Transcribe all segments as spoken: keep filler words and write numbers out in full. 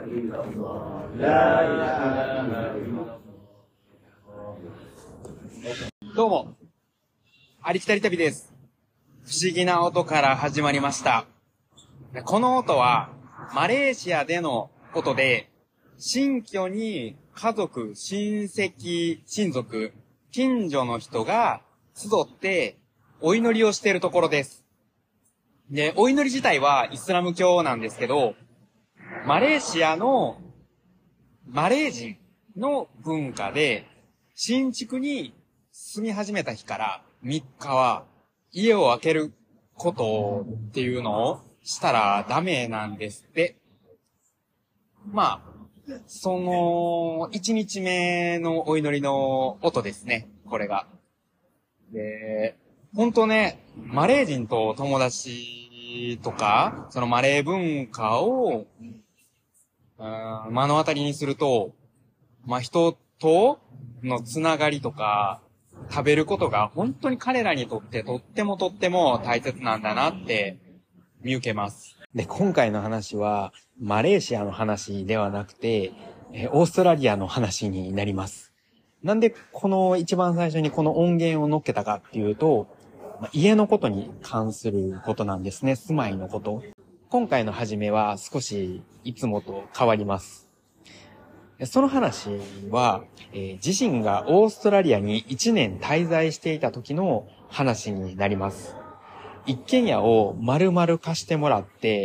どうも、ありきたり旅です。不思議な音から始まりました。この音は、マレーシアでの音で、新居に家族、親戚、親族、近所の人が集ってお祈りをしているところです。で、お祈り自体はイスラム教なんですけど、マレーシアのマレー人の文化で、新築に住み始めた日からみっかは家を空けることっていうのをしたらダメなんですって。まあ、そのいちにちめのお祈りの音ですね、これが。で、ほんとね、マレー人と友達とか、そのマレー文化を、うん、目の当たりにすると、まあ、人とのつながりとか、食べることが本当に彼らにとってとってもとっても大切なんだなって見受けます。で、今回の話は、マレーシアの話ではなくて、えオーストラリアの話になります。なんでこの一番最初にこの音源を乗っけたかっていうと、家のことに関することなんですね。住まいのこと。今回の始めは少しいつもと変わります。その話は、えー、自身がオーストラリアにいちねん滞在していた時の話になります。一軒家を丸々貸してもらって、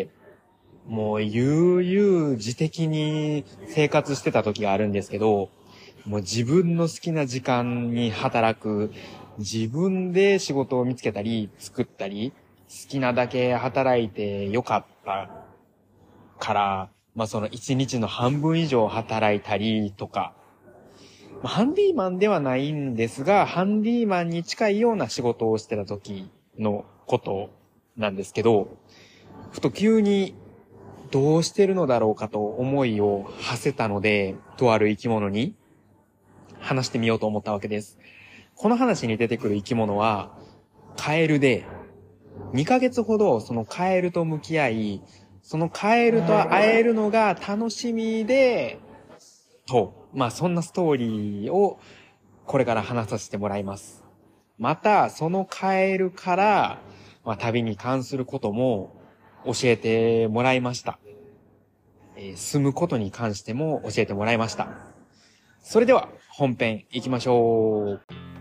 もう悠々自適に生活してた時があるんですけど、もう自分の好きな時間に働く、自分で仕事を見つけたり作ったり、好きなだけ働いてよかったから、まあその一日の半分以上働いたりとか、まあ、ハンディーマンではないんですが、ハンディーマンに近いような仕事をしてた時のことなんですけど、ふと急にどうしてるのだろうかと思いを馳せたので、とある生き物に話してみようと思ったわけです。この話に出てくる生き物はカエルで、にかげつほどそのカエルと向き合い、そのカエルと会えるのが楽しみで、と、まあそんなストーリーをこれから話させてもらいます。また、そのカエルから、まあ旅に関することも教えてもらいました。えー、住むことに関しても教えてもらいました。それでは本編行きましょう。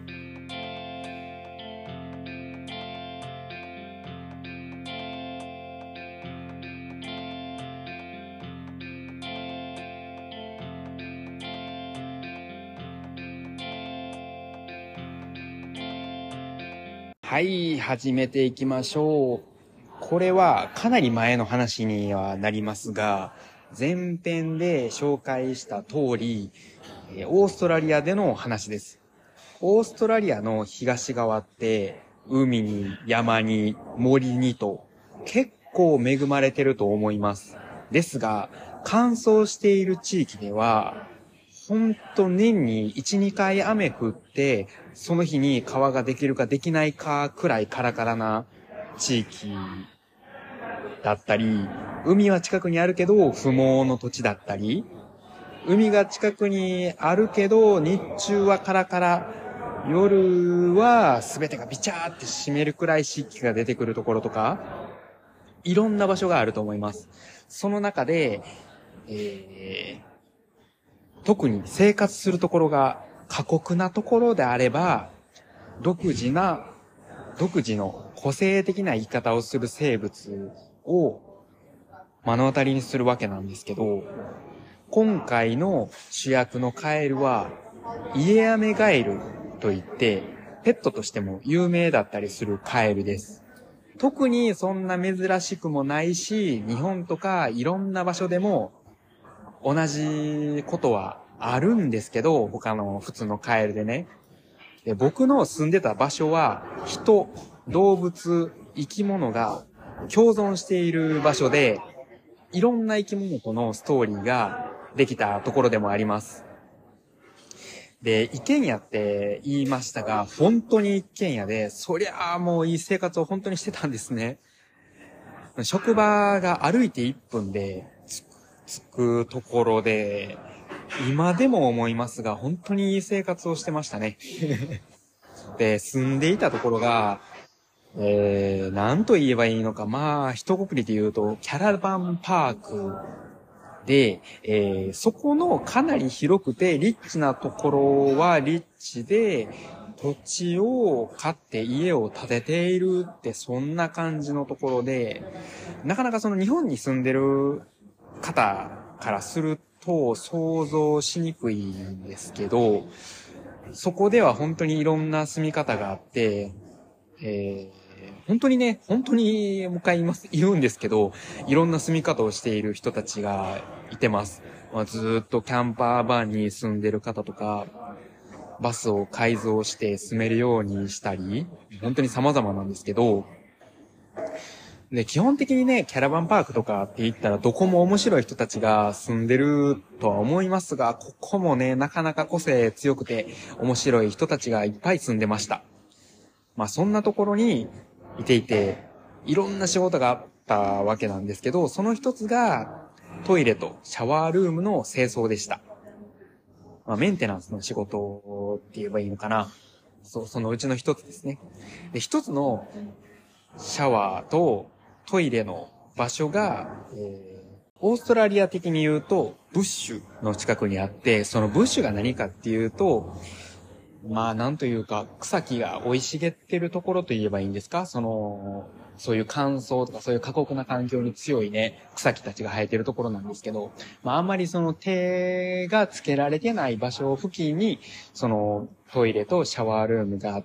はい、始めていきましょう。これはかなり前の話にはなりますが、前編で紹介した通り、オーストラリアでの話です。オーストラリアの東側って、海に山に森にと結構恵まれてると思います。ですが、乾燥している地域では、ほんと年にいち、にかい雨降って、その日に川ができるかできないかくらいカラカラな地域だったり、海は近くにあるけど不毛の土地だったり、海が近くにあるけど日中はカラカラ、夜は全てがビチャーって湿るくらい湿気が出てくるところとか、いろんな場所があると思います。その中で、えー特に生活するところが過酷なところであれば、独自な、独自の個性的な生き方をする生物を目の当たりにするわけなんですけど、今回の主役のカエルは、イエアメガエルといって、ペットとしても有名だったりするカエルです。特にそんな珍しくもないし、日本とかいろんな場所でも同じことはあるんですけど、他の普通のカエルでね。で、僕の住んでた場所は、人、動物、生き物が共存している場所で、いろんな生き物とのストーリーができたところでもあります。で、一軒家って言いましたが、本当に一軒家で、そりゃあもういい生活を本当にしてたんですね。職場が歩いていっぷんで、 つくところで、今でも思いますが、本当にいい生活をしてましたね。で、住んでいたところが、えー、なんと言えばいいのか、まあ、一括りで言うと、キャラバンパークで、えー、そこのかなり広くて、リッチなところはリッチで、土地を買って家を建てているって、そんな感じのところで、なかなかその日本に住んでる方からすると想像しにくいんですけど、そこでは本当にいろんな住み方があって、えー本当にね、本当にもう一回言います、言うんですけど、いろんな住み方をしている人たちがいてます。まあ、ずーっとキャンパーバンに住んでる方とか、バスを改造して住めるようにしたり、本当に様々なんですけど、で、基本的にね、キャラバンパークとかって言ったらどこも面白い人たちが住んでるとは思いますが、ここもね、なかなか個性強くて面白い人たちがいっぱい住んでました。まあそんなところにいていて、いろんな仕事があったわけなんですけど、その一つがトイレとシャワールームの清掃でした。まあメンテナンスの仕事って言えばいいのかな。そう、そのうちの一つですね。で、一つのシャワーとトイレの場所が、えー、オーストラリア的に言うとブッシュの近くにあって、そのブッシュが何かっていうと、まあなんというか草木が生い茂ってるところと言えばいいんですか、そのそういう乾燥とかそういう過酷な環境に強いね草木たちが生えてるところなんですけど、まああんまりその手がつけられてない場所付近にそのトイレとシャワールームがあって、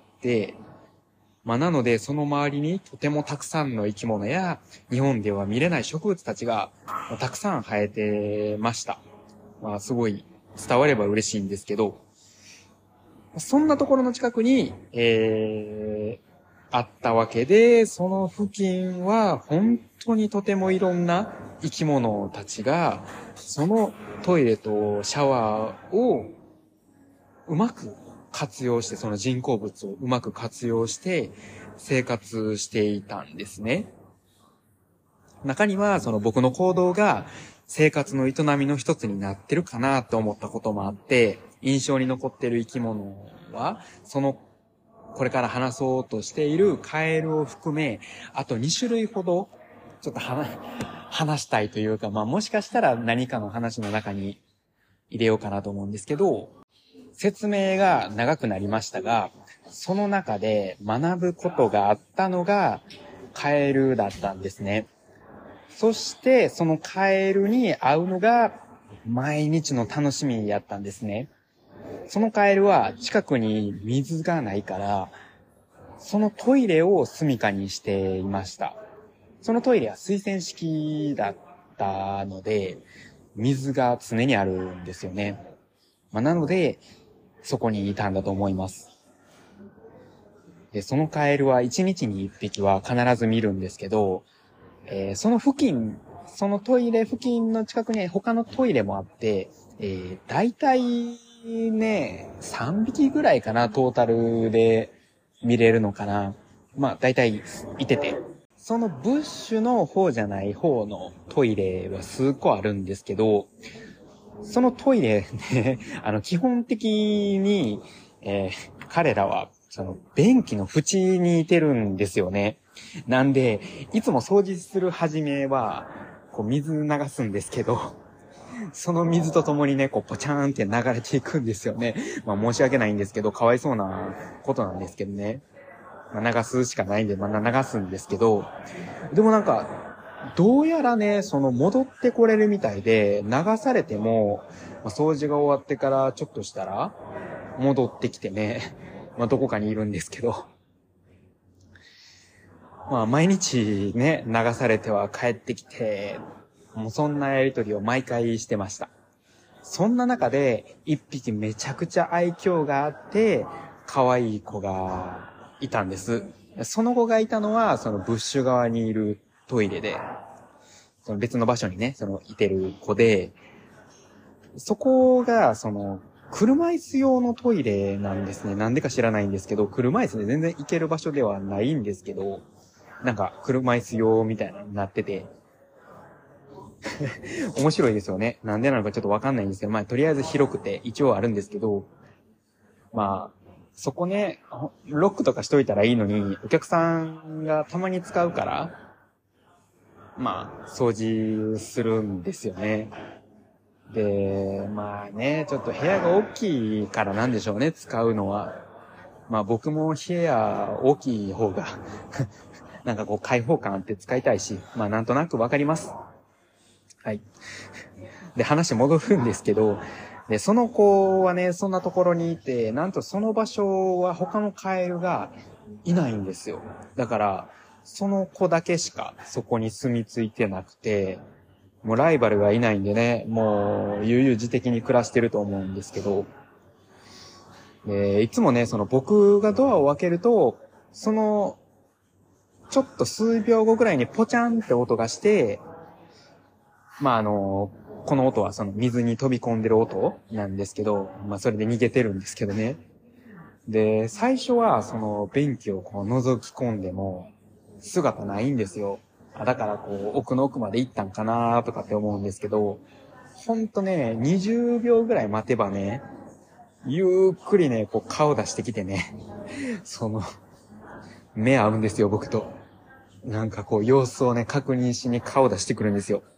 まあなのでその周りにとてもたくさんの生き物や日本では見れない植物たちがたくさん生えてました。まあすごい伝われば嬉しいんですけど、そんなところの近くに、えー、あったわけで、その付近は本当にとてもいろんな生き物たちが、そのトイレとシャワーをうまく活用して、その人工物をうまく活用して生活していたんですね。中には、その僕の行動が生活の営みの一つになってるかなと思ったこともあって、印象に残ってる生き物は、その、これから話そうとしているカエルを含め、あとに種類ほど、ちょっと話、話したいというか、まあもしかしたら何かの話の中に入れようかなと思うんですけど、説明が長くなりましたが、その中で学ぶことがあったのがカエルだったんですね。そして、そのカエルに会うのが毎日の楽しみやったんですね。そのカエルは近くに水がないから、そのトイレを住処にしていました。そのトイレは水洗式だったので、水が常にあるんですよね。まあ、なので、そこにいたんだと思います。で、そのカエルは一日に一匹は必ず見るんですけど、えー、その付近、そのトイレ付近の近くに他のトイレもあって、えー、だいたいね、さんびきぐらいかな、トータルで見れるのかな。まあ、だいたいいてて。そのブッシュの方じゃない方のトイレは数個あるんですけど、そのトイレね、あの、基本的に、えー、彼らは、その、便器の縁にいてるんですよね。なんで、いつも掃除する始めは、こう、水流すんですけど、その水とともにね、こう、ポチャーンって流れていくんですよね。まあ、申し訳ないんですけど、かわいそうなことなんですけどね。まあ、流すしかないんで、まあ、流すんですけど、でもなんか、どうやらね、その戻ってこれるみたいで、流されても、まあ、掃除が終わってからちょっとしたら、戻ってきてね、まあ、どこかにいるんですけど、まあ、毎日ね、流されては帰ってきて、もうそんなやりとりを毎回してました。そんな中で、一匹めちゃくちゃ愛嬌があって、可愛い子がいたんです。その子がいたのは、そのブッシュ側にいるトイレで、その別の場所にね、そのいてる子で、そこが、その、車椅子用のトイレなんですね。なんでか知らないんですけど、車椅子で全然行ける場所ではないんですけど、なんか車椅子用みたいなのになってて、 面白いですよね。なんでなのかちょっとわかんないんですけど、まあ、とりあえず広くて一応あるんですけど、まあ、そこね、ロックとかしといたらいいのに、お客さんがたまに使うから、まあ、掃除するんですよね。で、まあね、ちょっと部屋が大きいからなんでしょうね、使うのは。まあ僕も部屋大きい方が、なんかこう開放感あって使いたいし、まあなんとなくわかります。はい。で、話戻るんですけど、で、その子はね、そんなところにいて、なんとその場所は他のカエルがいないんですよ。だから、その子だけしかそこに住み着いてなくて、もうライバルがいないんでね、もう悠々自適に暮らしてると思うんですけど、でいつもね、その僕がドアを開けると、その、ちょっと数秒後ぐらいにポチャンって音がして、まああの、この音はその水に飛び込んでる音なんですけど、まあそれで逃げてるんですけどね。で、最初はその便器をこう覗き込んでも姿ないんですよ。あだからこう奥の奥まで行ったんかなとかって思うんですけど、ほんとね、にじゅうびょうぐらい待てばね、ゆっくりね、こう顔出してきてね、その、目合うんですよ、僕と。なんかこう様子をね、確認しに顔出してくるんですよ。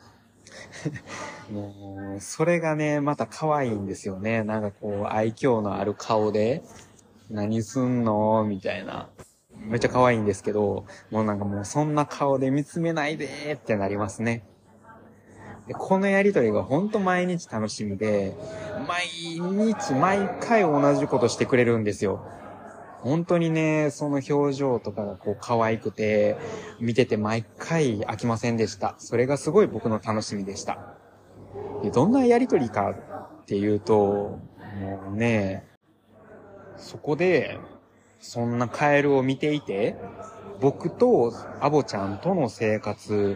もう、それがね、また可愛いんですよね。なんかこう、愛嬌のある顔で、何すんのみたいな。めっちゃ可愛いんですけど、もうなんかもうそんな顔で見つめないでーってなりますね。でこのやりとりがほんと毎日楽しみで、毎日毎回同じことしてくれるんですよ。本当にね、その表情とかがこう可愛くて、見てて毎回飽きませんでした。それがすごい僕の楽しみでした。でどんなやりとりかっていうと、もうね、そこで、そんなカエルを見ていて、僕とアボちゃんとの生活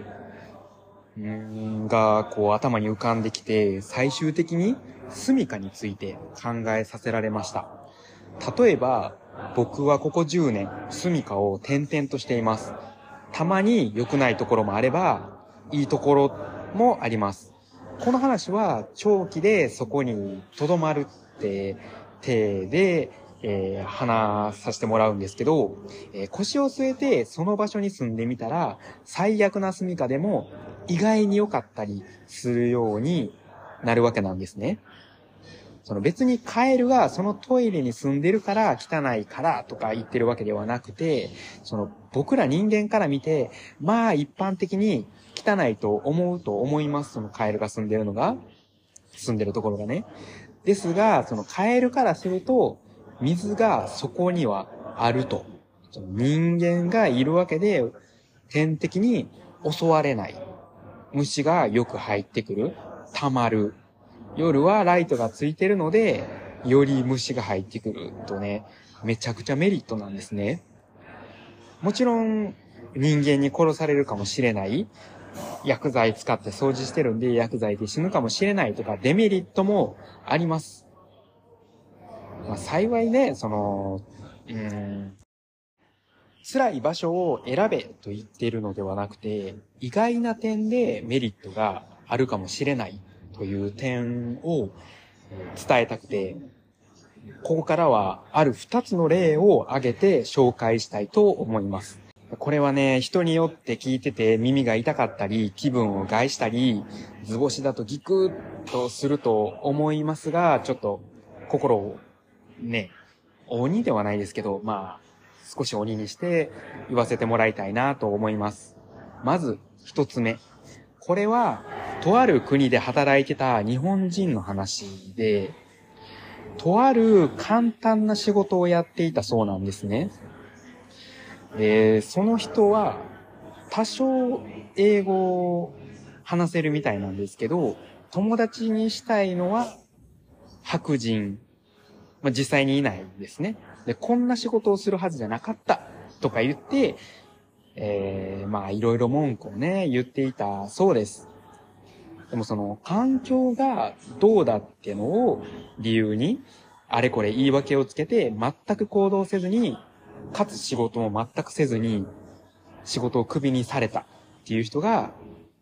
がこう頭に浮かんできて、最終的に住処について考えさせられました。例えば、僕はここじゅうねん住処を転々としています。たまに良くないところもあれば、いいところもあります。この話は長期でそこに留まるって体で、えー、話させてもらうんですけど、えー、腰を据えてその場所に住んでみたら、最悪な住処でも意外に良かったりするようになるわけなんですね。その別にカエルがそのトイレに住んでるから汚いからとか言ってるわけではなくて、その僕ら人間から見て、まあ一般的に汚いと思うと思います。そのカエルが住んでるのが、住んでるところがね。ですが、そのカエルからすると、水がそこにはあると。その人間がいるわけで、天敵に襲われない。虫がよく入ってくる。溜まる。夜はライトがついてるので、より虫が入ってくるとね、めちゃくちゃメリットなんですね。もちろん、人間に殺されるかもしれない。薬剤使って掃除してるんで薬剤で死ぬかもしれないとかデメリットもあります。まあ、幸いね、その、うーん、辛い場所を選べと言っているのではなくて、意外な点でメリットがあるかもしれないという点を伝えたくて、ここからはある二つの例を挙げて紹介したいと思います。これはね、人によって聞いてて耳が痛かったり、気分を害したり、図星だとギクッとすると思いますが、ちょっと心をね、鬼ではないですけど、まあ、少し鬼にして言わせてもらいたいなと思います。まず、一つ目。これは、とある国で働いてた日本人の話で、とある簡単な仕事をやっていたそうなんですね。で、その人は多少英語を話せるみたいなんですけど、友達にしたいのは白人。まあ、実際にいないんですね。で、こんな仕事をするはずじゃなかったとか言って、えー、まあいろいろ文句をね、言っていたそうです。でもその環境がどうだっていうのを理由に、あれこれ言い訳をつけて全く行動せずに、かつ仕事も全くせずに仕事をクビにされたっていう人が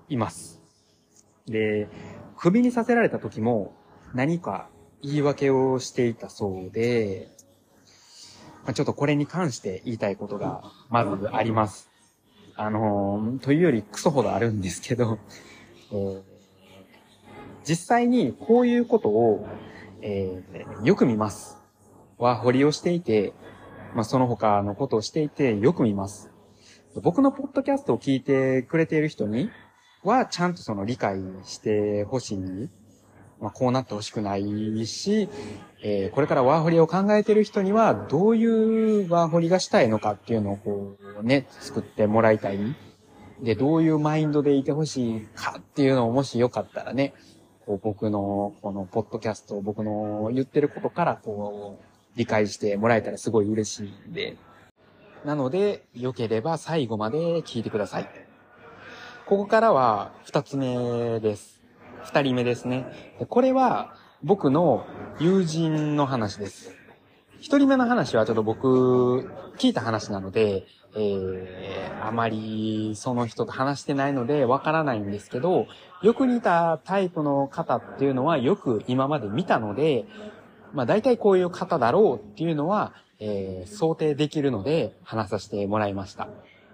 います。で、クビにさせられた時も何か言い訳をしていたそうで、まあ、ちょっとこれに関して言いたいことがまずあります。あのー、というよりクソほどあるんですけど、えー、実際にこういうことを、えー、よく見ます。ワーホリをしていて、まあ、その他のことをしていてよく見ます。僕のポッドキャストを聞いてくれている人にはちゃんとその理解してほしい。まあ、こうなってほしくないし、えー、これからワーホリを考えている人にはどういうワーホリがしたいのかっていうのをこうね、作ってもらいたい。で、どういうマインドでいてほしいかっていうのをもしよかったらね、こう僕のこのポッドキャスト、僕の言ってることからこう理解してもらえたらすごい嬉しいんで。なので、良ければ最後まで聞いてください。ここからは二つ目です。二人目ですね。これは僕の友人の話です。一人目の話はちょっと僕聞いた話なので、えー、あまりその人と話してないのでわからないんですけど、よく似たタイプの方っていうのはよく今まで見たので、まあ大体こういう方だろうっていうのは、えー、想定できるので話させてもらいました。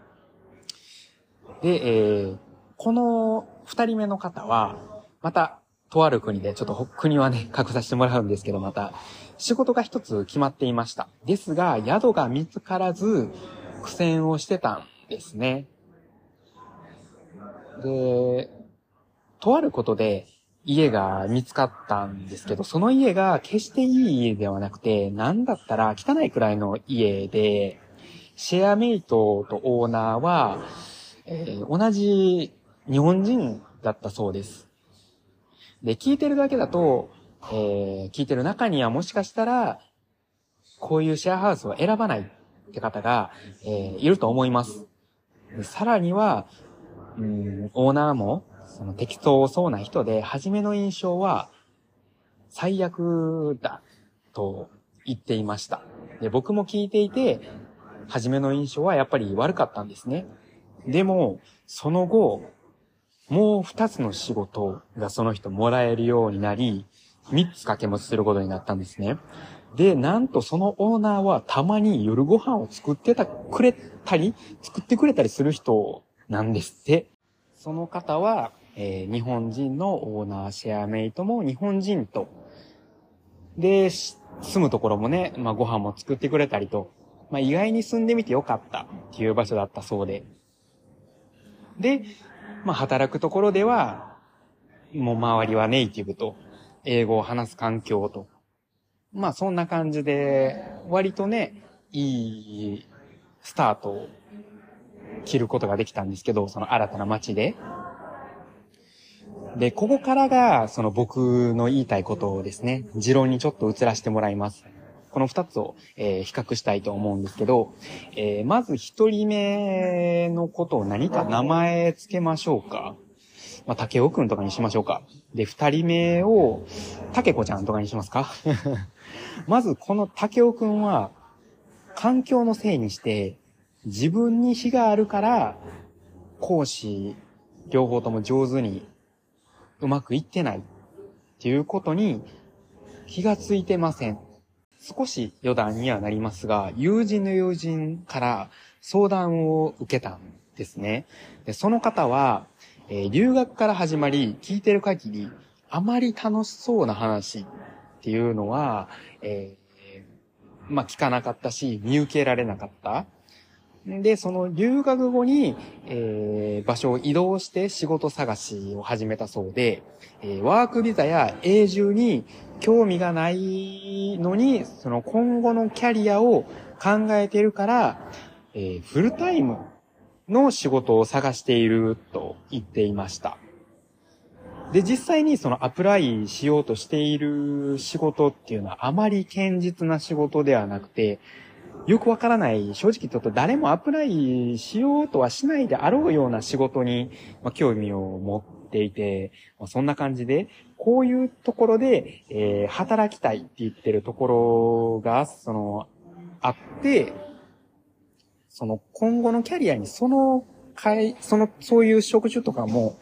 で、えー、この二人目の方は、また、とある国で、ちょっと国はね、隠させてもらうんですけど、また、仕事が一つ決まっていました。ですが、宿が見つからず、苦戦をしてたんですね。で、とあることで、家が見つかったんですけど、その家が決していい家ではなくて、なんだったら汚いくらいの家で、シェアメイトとオーナーは、えー、同じ日本人だったそうです。で、聞いてるだけだと、えー、聞いてる中にはもしかしたら、こういうシェアハウスを選ばないって方が、えー、いると思います。でさらには、うん、オーナーも、その適当そうな人で、初めの印象は、最悪だ、と言っていました。で、僕も聞いていて、初めの印象はやっぱり悪かったんですね。でも、その後、もう二つの仕事がその人もらえるようになり、三つ掛け持ちすることになったんですね。で、なんとそのオーナーはたまに夜ご飯を作ってた、くれたり、作ってくれたりする人なんですって。その方は、えー、日本人のオーナー、シェアメイトも日本人と。で、住むところもね、まあご飯も作ってくれたりと、まあ意外に住んでみてよかったっていう場所だったそうで。で、まあ働くところでは、もう周りはネイティブと、英語を話す環境と。まあそんな感じで、割とね、いいスタートを切ることができたんですけど、その新たな街で。で、ここからが、その僕の言いたいことをですね、持論にちょっと移らせてもらいます。この二つを、えー、比較したいと思うんですけど、えー、まず一人目のことを何か名前つけましょうか。まあ、竹尾くんとかにしましょうか。で、二人目を、竹子ちゃんとかにしますか。まず、この竹尾くんは、環境のせいにして、自分に非があるから、講師、両方とも上手にうまくいってないっていうことに気がついてません。少し余談にはなりますが、友人の友人から相談を受けたんですね。で、その方は、えー、留学から始まり、聞いてる限り、あまり楽しそうな話っていうのは、えー、まあ、聞かなかったし、見受けられなかった。で、その留学後に、えー、場所を移動して仕事探しを始めたそうで、えー、ワークビザや永住に興味がないのに、その今後のキャリアを考えているから、えー、フルタイムの仕事を探していると言っていました。で、実際にそのアプライしようとしている仕事っていうのはあまり堅実な仕事ではなくて、よくわからない、正直ちょっと誰もアプライしようとはしないであろうような仕事に、まあ、興味を持っていて、まあ、そんな感じで、こういうところで、えー、働きたいって言ってるところが、その、あって、その今後のキャリアにその、かい、その、そういう職種とかも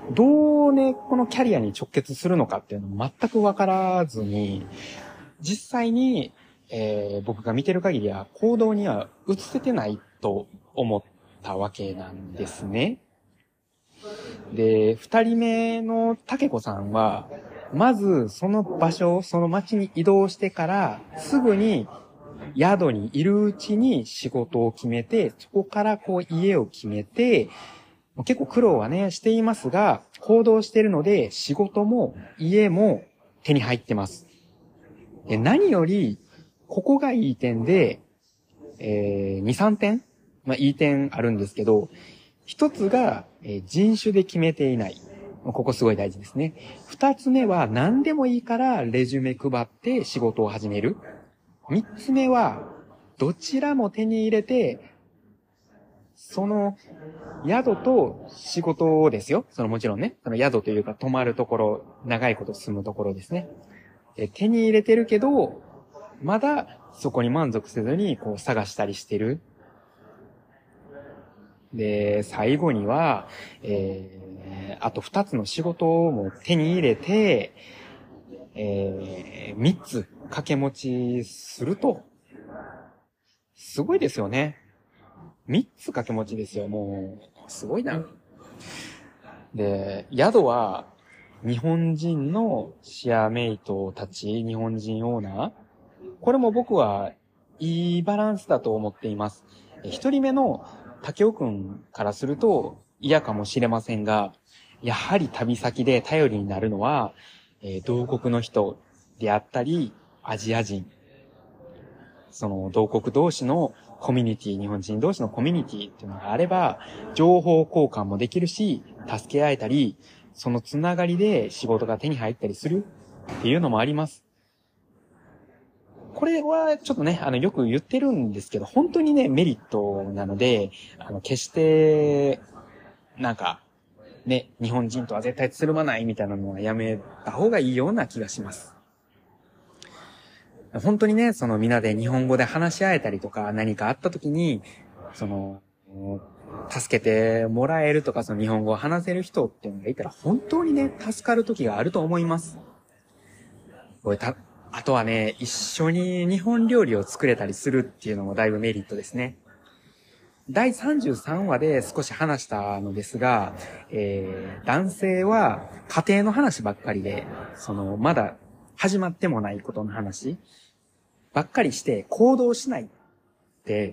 どうね、このキャリアに直結するのかっていうのも全くわからずに、実際に、えー、僕が見てる限りは行動には移せてないと思ったわけなんですね。で、二人目の竹子さんは、まずその場所、その町に移動してから、すぐに宿にいるうちに仕事を決めて、そこからこう家を決めて、結構苦労はね、していますが、行動しているので、仕事も家も手に入ってます。で、何より、ここがいい点で、えー、に、さんてんまあ、いい点あるんですけど、一つが、えー、人種で決めていない。ここすごい大事ですね。二つ目は、何でもいいからレジュメ配って仕事を始める。三つ目は、どちらも手に入れて、その宿と仕事ですよ。そのもちろんね、その宿というか泊まるところ、長いこと住むところですね。え手に入れてるけど、まだそこに満足せずにこう探したりしてる。で、最後には、えー、あと二つの仕事も手に入れて、えー、三つ掛け持ちすると、すごいですよね。三つ掛け持ちですよ。もう、すごいな。で、宿は、日本人のシェアメイトたち、日本人オーナー。これも僕はいいバランスだと思っています。一人目の竹尾くんからすると嫌かもしれませんが、やはり旅先で頼りになるのは、えー、同国の人であったり、アジア人。その同国同士のコミュニティ、日本人同士のコミュニティっていうのがあれば、情報交換もできるし、助け合えたり、そのつながりで仕事が手に入ったりするっていうのもあります。これはちょっとね、あの、よく言ってるんですけど、本当にね、メリットなので、あの、決して、なんか、ね、日本人とは絶対つるまないみたいなのはやめた方がいいような気がします。本当にね、そのみんなで日本語で話し合えたりとか、何かあった時に、その、助けてもらえるとか、その日本語を話せる人っていうのがいたら、本当にね、助かる時があると思います。これた、あとはね、一緒に日本料理を作れたりするっていうのもだいぶメリットですね。だいさんじゅうさんわで少し話したのですが、えー、男性は家庭の話ばっかりで、その、まだ始まってもないことの話ばっかりして行動しないって、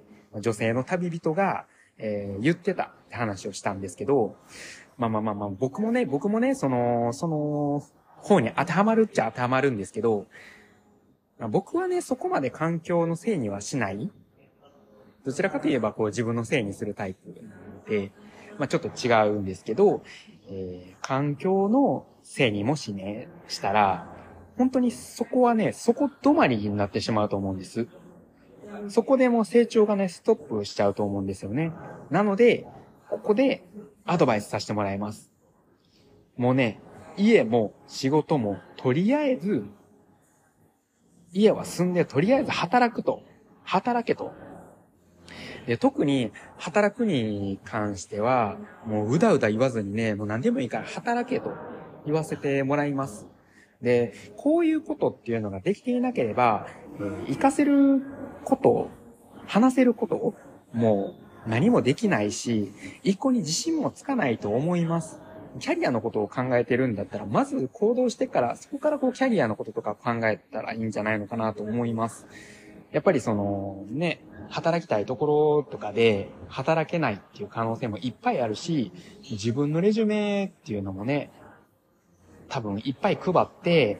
女性の旅人が、えー、言ってたって話をしたんですけど、まあまあまあまあ、僕もね、僕もね、その、その方に当てはまるっちゃ当てはまるんですけど、まあ、僕はね、そこまで環境のせいにはしない。どちらかといえば、こう自分のせいにするタイプなので、まあちょっと違うんですけど、えー、環境のせいにもしね、したら、本当にそこはね、そこ止まりになってしまうと思うんです。そこでもう成長がね、ストップしちゃうと思うんですよね。なので、ここでアドバイスさせてもらいます。もうね、家も仕事もとりあえず、家は住んでとりあえず働くと。働けと。で、特に働くに関しては、もううだうだ言わずにね、もう何でもいいから働けと言わせてもらいます。で、こういうことっていうのができていなければ、えー、活かせること、話せること、もう何もできないし、一個に自信もつかないと思います。キャリアのことを考えてるんだったら、まず行動してから、そこからこうキャリアのこととか考えたらいいんじゃないのかなと思います。やっぱりその、ね、働きたいところとかで働けないっていう可能性もいっぱいあるし、自分のレジュメっていうのもね、多分いっぱい配って、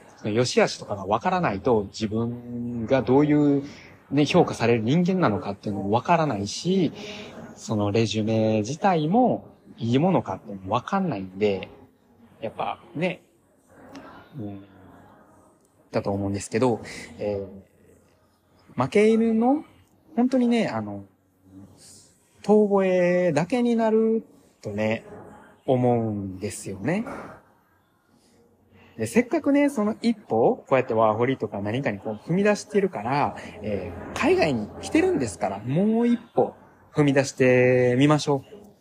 その良し悪しとかがわからないと自分がどういうね、評価される人間なのかっていうのもわからないし、そのレジュメ自体もいいものかっていうのもわかんないんで、やっぱね、うん、だと思うんですけど、えー、負け犬の、本当にね、あの、遠吠えだけになるとね、思うんですよね。で、せっかくね、その一歩、こうやってワーホリとか何かにこう踏み出してるから、えー、海外に来てるんですから、もう一歩踏み出してみましょう。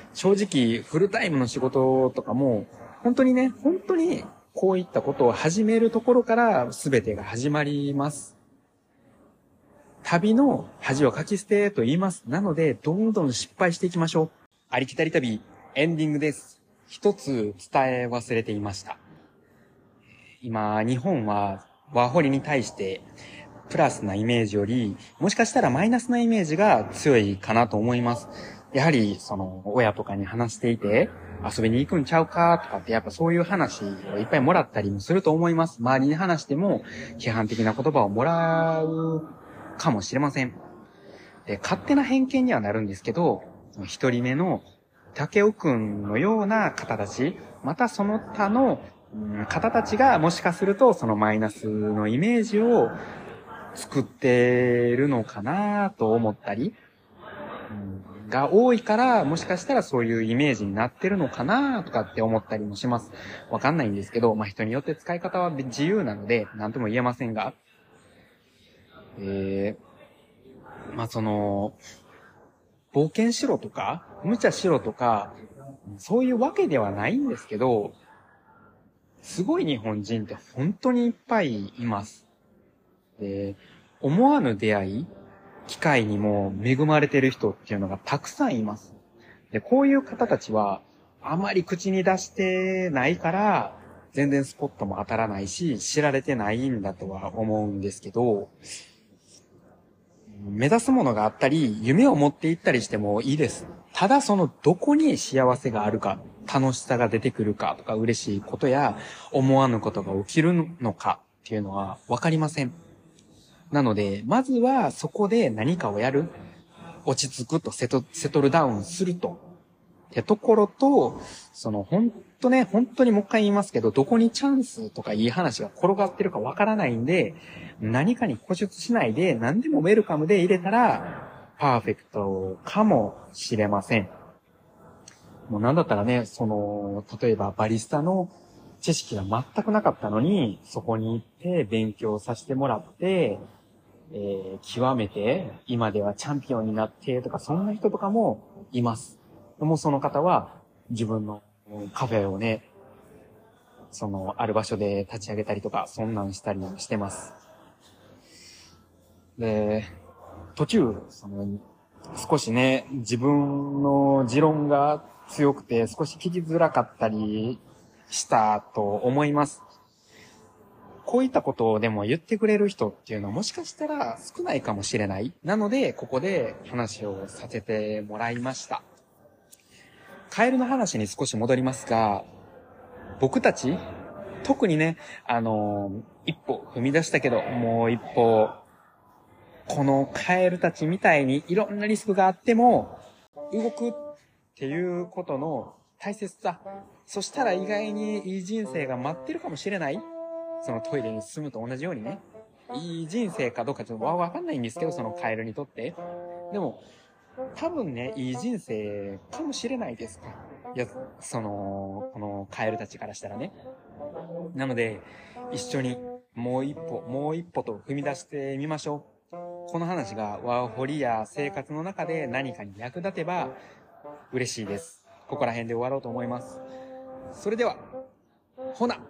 正直、フルタイムの仕事とかも、本当にね、本当にこういったことを始めるところから全てが始まります。旅の恥をかき捨てと言います。なので、どんどん失敗していきましょう。ありきたり旅、エンディングです。一つ伝え忘れていました。今、日本はワーホリに対して、プラスなイメージより、もしかしたらマイナスなイメージが強いかなと思います。やはり、その、親とかに話していて、遊びに行くんちゃうかとかって、やっぱそういう話をいっぱいもらったりもすると思います。周りに話しても、批判的な言葉をもらうかもしれません。で、勝手な偏見にはなるんですけど、一人目の竹尾くんのような方たち、またその他の方たちがもしかするとそのマイナスのイメージを作ってるのかなと思ったり、が多いからもしかしたらそういうイメージになってるのかなとかって思ったりもします。わかんないんですけど、まあ人によって使い方は自由なので何とも言えませんが、えー、まあその、冒険しろとか、無茶しろとか、そういうわけではないんですけど、すごい日本人って本当にいっぱいいます。で、思わぬ出会い、機会にも恵まれてる人っていうのがたくさんいます。で、こういう方たちはあまり口に出してないから、全然スポットも当たらないし、知られてないんだとは思うんですけど、目指すものがあったり、夢を持っていったりしてもいいです。ただそのどこに幸せがあるか、楽しさが出てくるかとか嬉しいことや思わぬことが起きるのかっていうのはわかりません。なので、まずはそこで何かをやる。落ち着くとセト、セトルダウンすると。ってところと、そのほんとね、本当にもう一回言いますけど、どこにチャンスとかいい話が転がってるかわからないんで、何かに固執しないで何でもウェルカムで入れたら、パーフェクトかもしれません。もうなんだったらね、その、例えばバリスタの知識が全くなかったのに、そこに行って勉強させてもらって、えー、極めて、今ではチャンピオンになってとか、そんな人とかもいます。でもその方は自分のカフェをね、その、ある場所で立ち上げたりとか、そんなんしたりしてます。で、途中、その、少しね、自分の持論が強くて少し聞きづらかったりしたと思います。こういったことをでも言ってくれる人っていうのはもしかしたら少ないかもしれない。なので、ここで話をさせてもらいました。カエルの話に少し戻りますが、僕たち、特にね、あの、一歩踏み出したけど、もう一歩、このカエルたちみたいにいろんなリスクがあっても、動くっていうことの大切さ。そしたら意外にいい人生が待ってるかもしれない。そのトイレに進むと同じようにね。いい人生かどうかちょっとわかんないんですけど、そのカエルにとって。でも、多分ね、いい人生かもしれないですか。いや、その、このカエルたちからしたらね。なので、一緒にもう一歩、もう一歩と踏み出してみましょう。この話がワーホリや生活の中で何かに役立てば嬉しいです。ここら辺で終わろうと思います。それでは、ほな